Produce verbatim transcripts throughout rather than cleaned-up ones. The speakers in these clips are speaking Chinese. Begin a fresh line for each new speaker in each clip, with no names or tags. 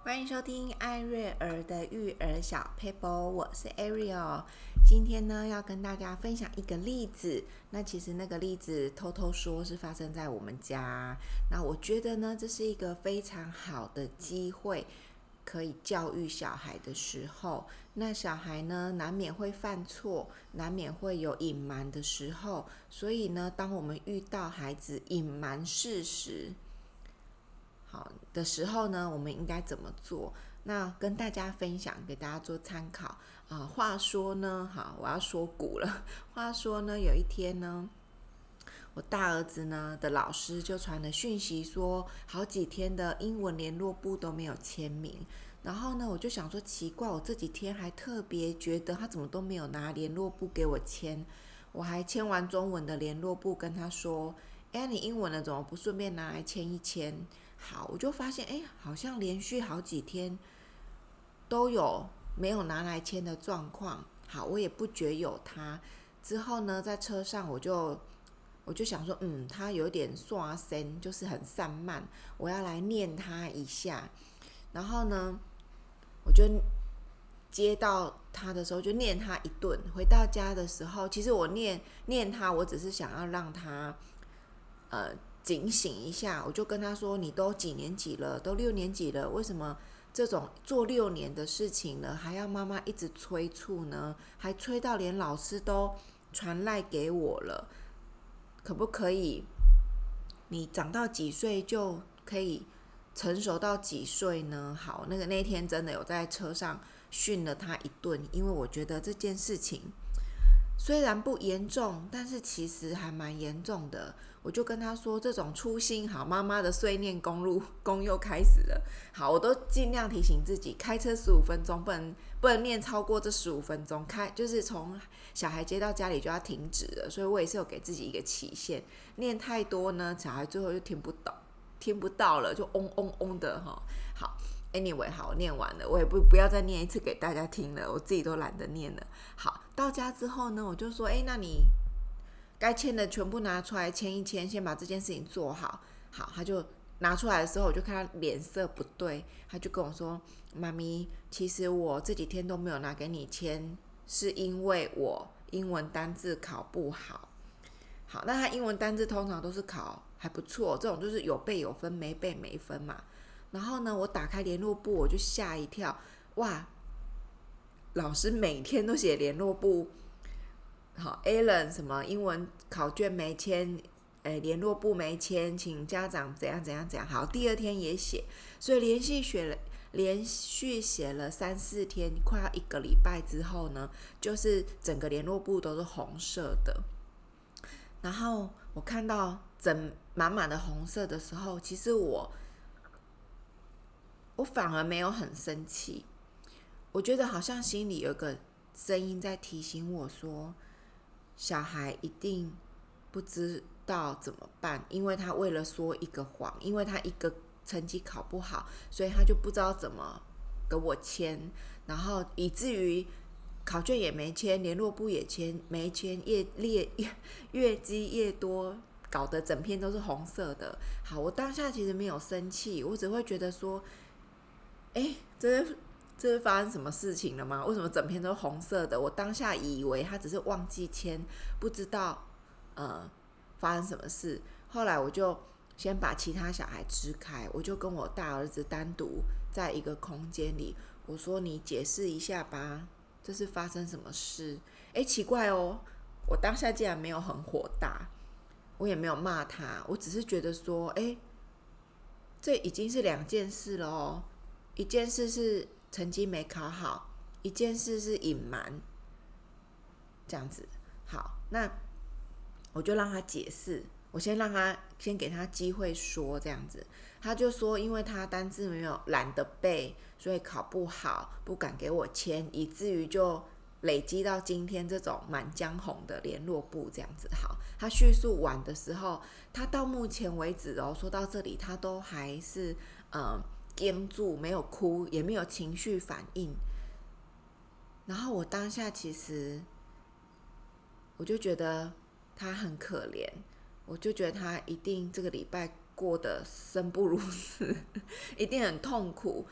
欢迎收听艾瑞儿的育儿小 paper， 我是 Ariel。今天呢，要跟大家分享一个例子。那其实那个例子偷偷说是发生在我们家。那我觉得呢，这是一个非常好的机会，可以教育小孩的时候。那小孩呢，难免会犯错，难免会有隐瞒的时候。所以呢，当我们遇到孩子隐瞒事实好的时候呢，我们应该怎么做？那跟大家分享，给大家做参考啊、呃。话说呢，好，我要说古了。话说呢，有一天呢，我大儿子呢的老师就传了讯息说，好几天的英文联络簿都没有签名。然后呢，我就想说奇怪，我这几天还特别觉得他怎么都没有拿联络簿给我签。我还签完中文的联络簿跟他说，哎，你英文的怎么不顺便拿来签一签？好，我就发现，哎，好像连续好几天都有没有拿来签的状况。好，我也不觉有他。之后呢，在车上我就我就想说，嗯，他有点刷声，就是很散漫，我要来念他一下。然后呢，我就接到他的时候就念他一顿。回到家的时候，其实我念念他，我只是想要让他呃。警醒一下，我就跟他说：“你都几年级了？都六年级了，为什么这种做六年的事情了，还要妈妈一直催促呢？还催到连老师都传赖给我了，可不可以？你长到几岁就可以成熟到几岁呢？”好，那个那天真的有在车上训了他一顿，因为我觉得这件事情虽然不严重，但是其实还蛮严重的。我就跟他说，这种粗心，好，妈妈的碎念功路功又开始了。好，我都尽量提醒自己，开车十五分钟，不能不能念超过这十五分钟。开就是从小孩接到家里就要停止了，所以我也是有给自己一个期限。念太多呢，小孩最后就听不到，听不到了，就嗡嗡嗡的哈。好。Anyway， 好，我念完了，我也不不要再念一次给大家听了，我自己都懒得念了。好，到家之后呢，我就说，哎，那你该签的全部拿出来签一签，先把这件事情做好。好，他就拿出来的时候，我就看他脸色不对，他就跟我说，妈咪，其实我这几天都没有拿给你签，是因为我英文单字考不好。好，那他英文单字通常都是考还不错，这种就是有背有分，没背没分嘛。然后呢，我打开联络簿，我就吓一跳，哇！老师每天都写联络簿，好 ，Alan 什么英文考卷没签，诶，联络簿没签，请家长怎样怎样怎样。好，第二天也写，所以连续写了连续写了三四天，快要一个礼拜之后呢，就是整个联络簿都是红色的。然后我看到整满满的红色的时候，其实我。我反而没有很生气，我觉得好像心里有个声音在提醒我说，小孩一定不知道怎么办，因为他为了说一个谎，因为他一个成绩考不好，所以他就不知道怎么跟我签，然后以至于考卷也没签，联络簿也签没签，越列越积越多，搞得整篇都是红色的。好，我当下其实没有生气，我只会觉得说，哎，这是这是发生什么事情了吗？为什么整篇都是红色的？我当下以为他只是忘记签，不知道呃发生什么事。后来我就先把其他小孩支开，我就跟我大儿子单独在一个空间里，我说你解释一下吧，这是发生什么事？哎，奇怪哦，我当下竟然没有很火大，我也没有骂他，我只是觉得说，哎，这已经是两件事了哦。一件事是成绩没考好，一件事是隐瞒，这样子。好，那我就让他解释，我先让他先给他机会说这样子。他就说，因为他单字没有懒得背，所以考不好，不敢给我签，以至于就累积到今天这种满江红的联络簿这样子。好，他叙述完的时候，他到目前为止哦，说到这里，他都还是嗯。憋住，没有哭，也没有情绪反应。然后我当下其实，我就觉得他很可怜，我就觉得他一定这个礼拜过得生不如死，一定很痛苦。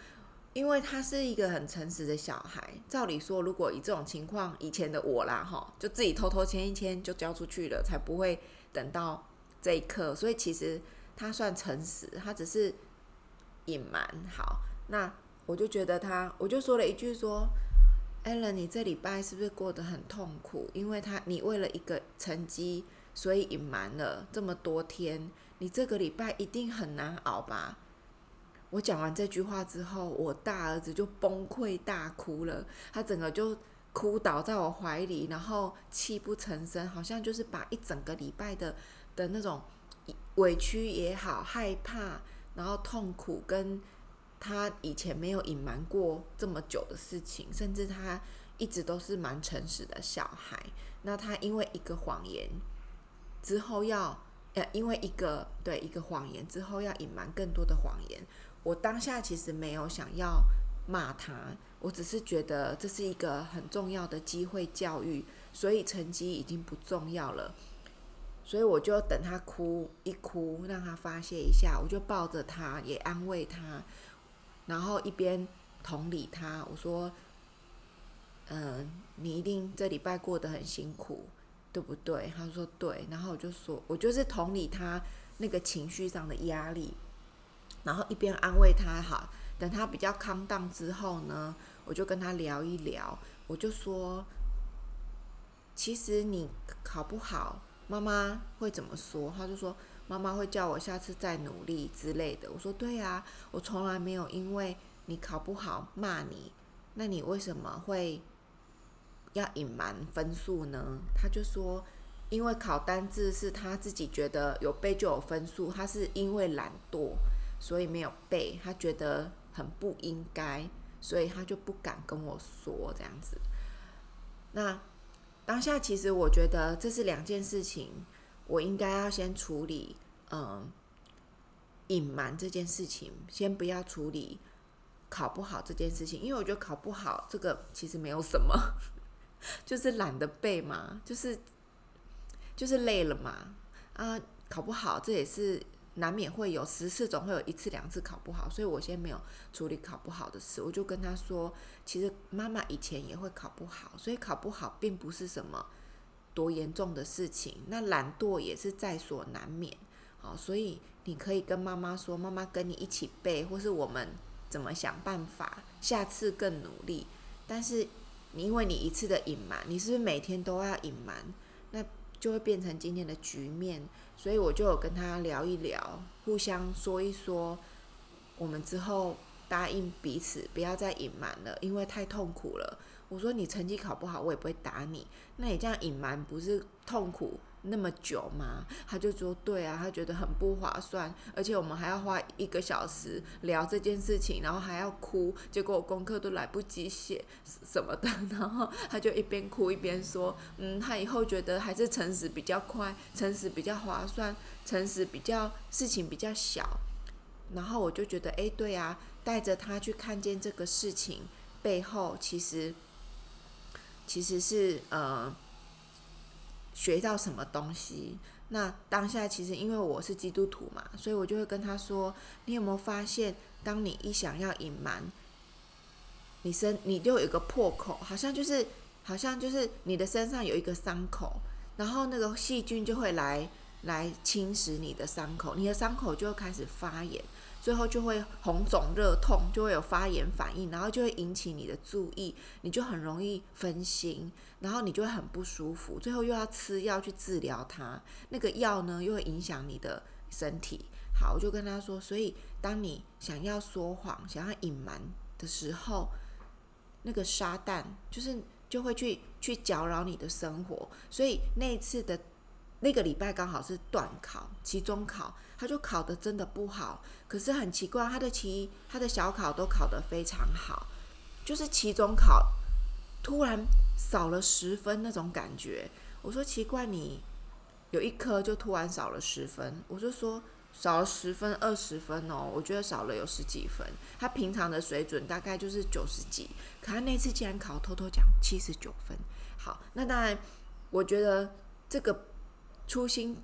因为他是一个很诚实的小孩，照理说，如果以这种情况，以前的我啦，哈，就自己偷偷签一签就交出去了，才不会等到这一刻。所以其实他算诚实，他只是隐瞒。好，那我就觉得他，我就说了一句说 ，Alan， 你这礼拜是不是过得很痛苦？因为他你为了一个成绩，所以隐瞒了这么多天，你这个礼拜一定很难熬吧？我讲完这句话之后，我大儿子就崩溃大哭了，他整个就哭倒在我怀里，然后泣不成声，好像就是把一整个礼拜的的那种委屈也好、害怕，然后痛苦，跟他以前没有隐瞒过这么久的事情，甚至他一直都是蛮诚实的小孩，那他因为一个谎言之后要，呃，因为一个对一个谎言之后要隐瞒更多的谎言。我当下其实没有想要骂他，我只是觉得这是一个很重要的机会教育，所以成绩已经不重要了，所以我就等他哭一哭，让他发泄一下，我就抱着他，也安慰他，然后一边同理他，我说，嗯、呃，你一定这礼拜过得很辛苦，对不对？他说对，然后我就说，我就是同理他那个情绪上的压力。然后一边安慰他，好，等他比较calm down之后呢，我就跟他聊一聊，我就说，其实你考不好，妈妈会怎么说？他就说，妈妈会叫我下次再努力之类的。我说，对啊，我从来没有因为你考不好骂你，那你为什么会要隐瞒分数呢？他就说，因为考单字是他自己觉得有背就有分数，他是因为懒惰。所以没有背，他觉得很不应该，所以他就不敢跟我说这样子。那当下其实我觉得这是两件事情，我应该要先处理，嗯，隐瞒这件事情，先不要处理考不好这件事情，因为我觉得考不好这个其实没有什么，就是懒得背嘛，就是就是累了嘛，啊，考不好这也是。难免会有十次总会有一次两次考不好，所以我先没有处理考不好的事，我就跟他说，其实妈妈以前也会考不好，所以考不好并不是什么多严重的事情，那懒惰也是在所难免，好，所以你可以跟妈妈说，妈妈跟你一起背，或是我们怎么想办法，下次更努力。但是因为你一次的隐瞒，你是不是每天都要隐瞒？那就会变成今天的局面，所以我就有跟他聊一聊，互相说一说，我们之后答应彼此不要再隐瞒了，因为太痛苦了。我说你成绩考不好，我也不会打你，那你这样隐瞒不是痛苦那么久吗？他就说对啊，他觉得很不划算，而且我们还要花一个小时聊这件事情，然后还要哭，结果我功课都来不及写什么的，然后他就一边哭一边说，嗯，他以后觉得还是诚实比较快，诚实比较划算，诚实比较事情比较小。然后我就觉得，哎，对啊，带着他去看见这个事情背后，其实其实是呃。学到什么东西？那当下其实因为我是基督徒嘛，所以我就会跟他说：你有没有发现，当你一想要隐瞒，你身你就有一个破口，好像就是好像就是你的身上有一个伤口，然后那个细菌就会来来侵蚀你的伤口，你的伤口就会开始发炎，最后就会红肿热痛，就会有发炎反应，然后就会引起你的注意，你就很容易分心，然后你就会很不舒服，最后又要吃药去治疗它，那个药呢又会影响你的身体。好，我就跟他说，所以当你想要说谎、想要隐瞒的时候，那个撒旦就是就会去去搅扰你的生活，所以那一次的那个礼拜刚好是段考、期中考，他就考得真的不好。可是很奇怪，他的期他的小考都考得非常好，就是期中考突然少了十分那种感觉。我说奇怪，你有一科就突然少了十分，我就说少了十分、二十分哦，我觉得少了有十几分。他平常的水准大概就是九十几，可他那次竟然考偷偷讲七十九分。好，那当然，我觉得这个粗心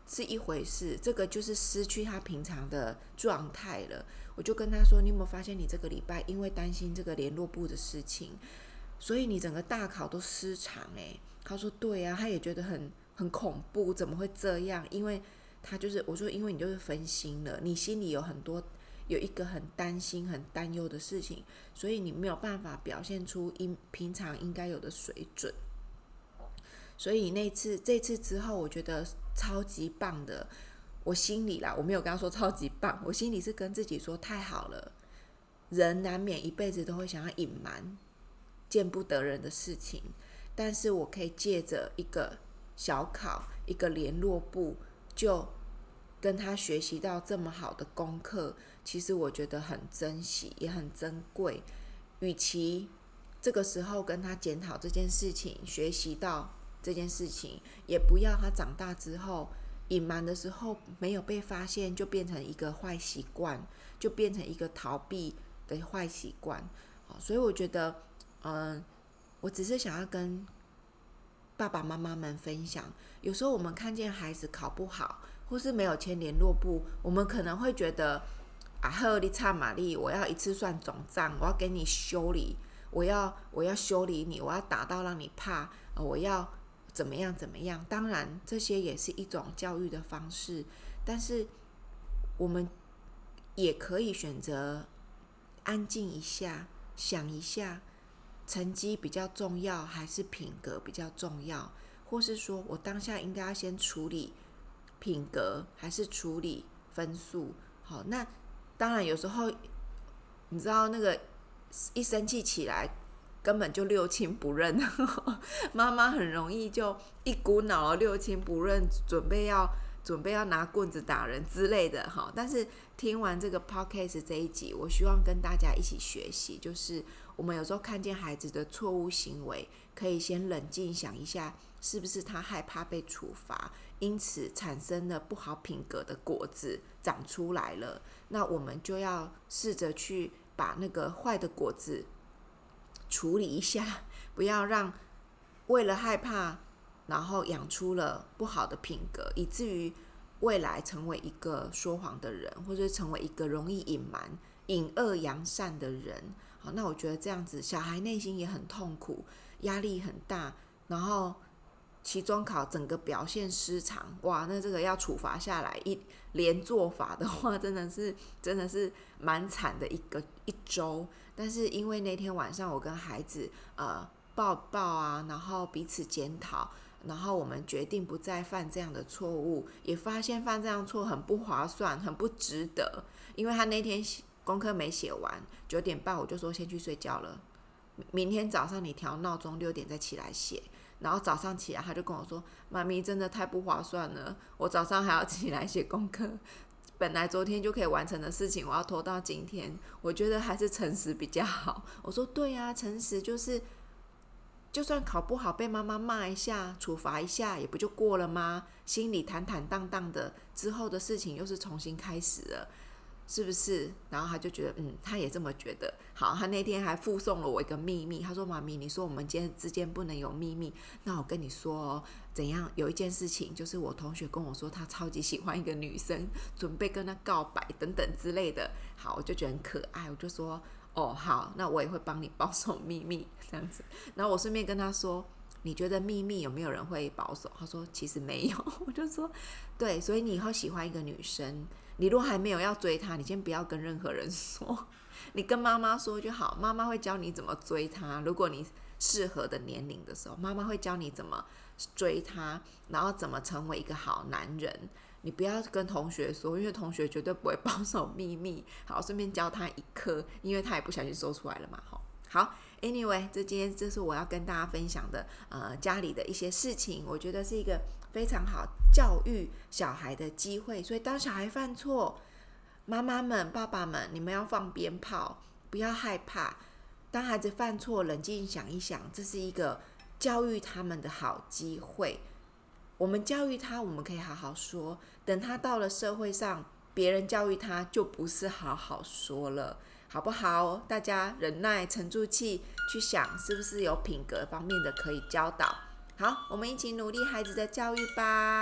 是一回事，这个就是失去他平常的状态了。我就跟他说，你有没有发现你这个礼拜因为担心这个联络部的事情，所以你整个大考都失常欸？他说对啊，他也觉得很很恐怖，怎么会这样？因为他就是我说，因为你就是分心了，你心里有很多有一个很担心、很担忧的事情，所以你没有办法表现出应平常应该有的水准。所以那次这次之后，我觉得超级棒的。我心里啦，我没有跟他说超级棒，我心里是跟自己说太好了。人难免一辈子都会想要隐瞒见不得人的事情，但是我可以借着一个小考，一个联络簿，就跟他学习到这么好的功课，其实我觉得很珍惜，也很珍贵。与其这个时候跟他检讨这件事情，学习到这件事情，也不要他长大之后隐瞒的时候没有被发现，就变成一个坏习惯，就变成一个逃避的坏习惯。所以我觉得，嗯，我只是想要跟爸爸妈妈们分享，有时候我们看见孩子考不好，或是没有签联络簿，我们可能会觉得啊呵，你差玛丽，我要一次算总账，我要给你修理，我要我要修理你，我要打到让你怕，我要怎么样怎么样。当然这些也是一种教育的方式，但是我们也可以选择安静一下，想一下成绩比较重要还是品格比较重要，或是说我当下应该要先处理品格还是处理分数。好，那当然有时候你知道那个一生气起来根本就六亲不认妈妈很容易就一股脑的六亲不认，准备要准备要拿棍子打人之类的。但是听完这个 podcast 这一集，我希望跟大家一起学习，就是我们有时候看见孩子的错误行为，可以先冷静想一下，是不是他害怕被处罚，因此产生了不好品格的果子长出来了。那我们就要试着去把那个坏的果子处理一下，不要让为了害怕然后养出了不好的品格，以至于未来成为一个说谎的人，或者成为一个容易隐瞒隐恶扬善的人。好，那我觉得这样子小孩内心也很痛苦，压力很大，然后期中考整个表现失常，哇，那这个要处罚下来一连做法的话，真的是真的是蛮惨的一个一周。但是因为那天晚上我跟孩子呃抱抱啊，然后彼此检讨，然后我们决定不再犯这样的错误，也发现犯这样错很不划算，很不值得。因为他那天功课没写完，九点半我就说先去睡觉了，明天早上你调闹钟六点再起来写。然后早上起来他就跟我说，妈咪真的太不划算了，我早上还要起来写功课，本来昨天就可以完成的事情我要拖到今天，我觉得还是诚实比较好。我说对啊，诚实就是就算考不好被妈妈骂一下处罚一下也不就过了吗？心里坦坦荡荡的，之后的事情又是重新开始了，是不是？然后他就觉得嗯，他也这么觉得。好，他那天还附送了我一个秘密，他说妈咪你说我们今天之间不能有秘密，那我跟你说哦，怎样有一件事情，就是我同学跟我说他超级喜欢一个女生，准备跟他告白等等之类的。好，我就觉得很可爱，我就说哦好，那我也会帮你保守秘密这样子。然后我顺便跟他说，你觉得秘密有没有人会保守？他说其实没有。我就说对，所以你以后喜欢一个女生，你如果还没有要追她，你先不要跟任何人说，你跟妈妈说就好，妈妈会教你怎么追她。如果你适合的年龄的时候，妈妈会教你怎么追她，然后怎么成为一个好男人。你不要跟同学说，因为同学绝对不会保守秘密。好，顺便教他一课，因为他也不小心说出来了嘛。好 ，anyway， 这今天这是我要跟大家分享的，呃，家里的一些事情，我觉得是一个非常好教育小孩的机会。所以当小孩犯错，妈妈们、爸爸们，你们要放鞭炮，不要害怕。当孩子犯错，冷静想一想，这是一个教育他们的好机会。我们教育他，我们可以好好说，等他到了社会上，别人教育他就不是好好说了，好不好？大家忍耐沉住气去想，是不是有品格方面的可以教导。好，我们一起努力孩子的教育吧。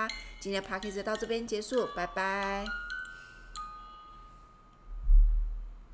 今天的 podcast 就到这边结束，拜拜。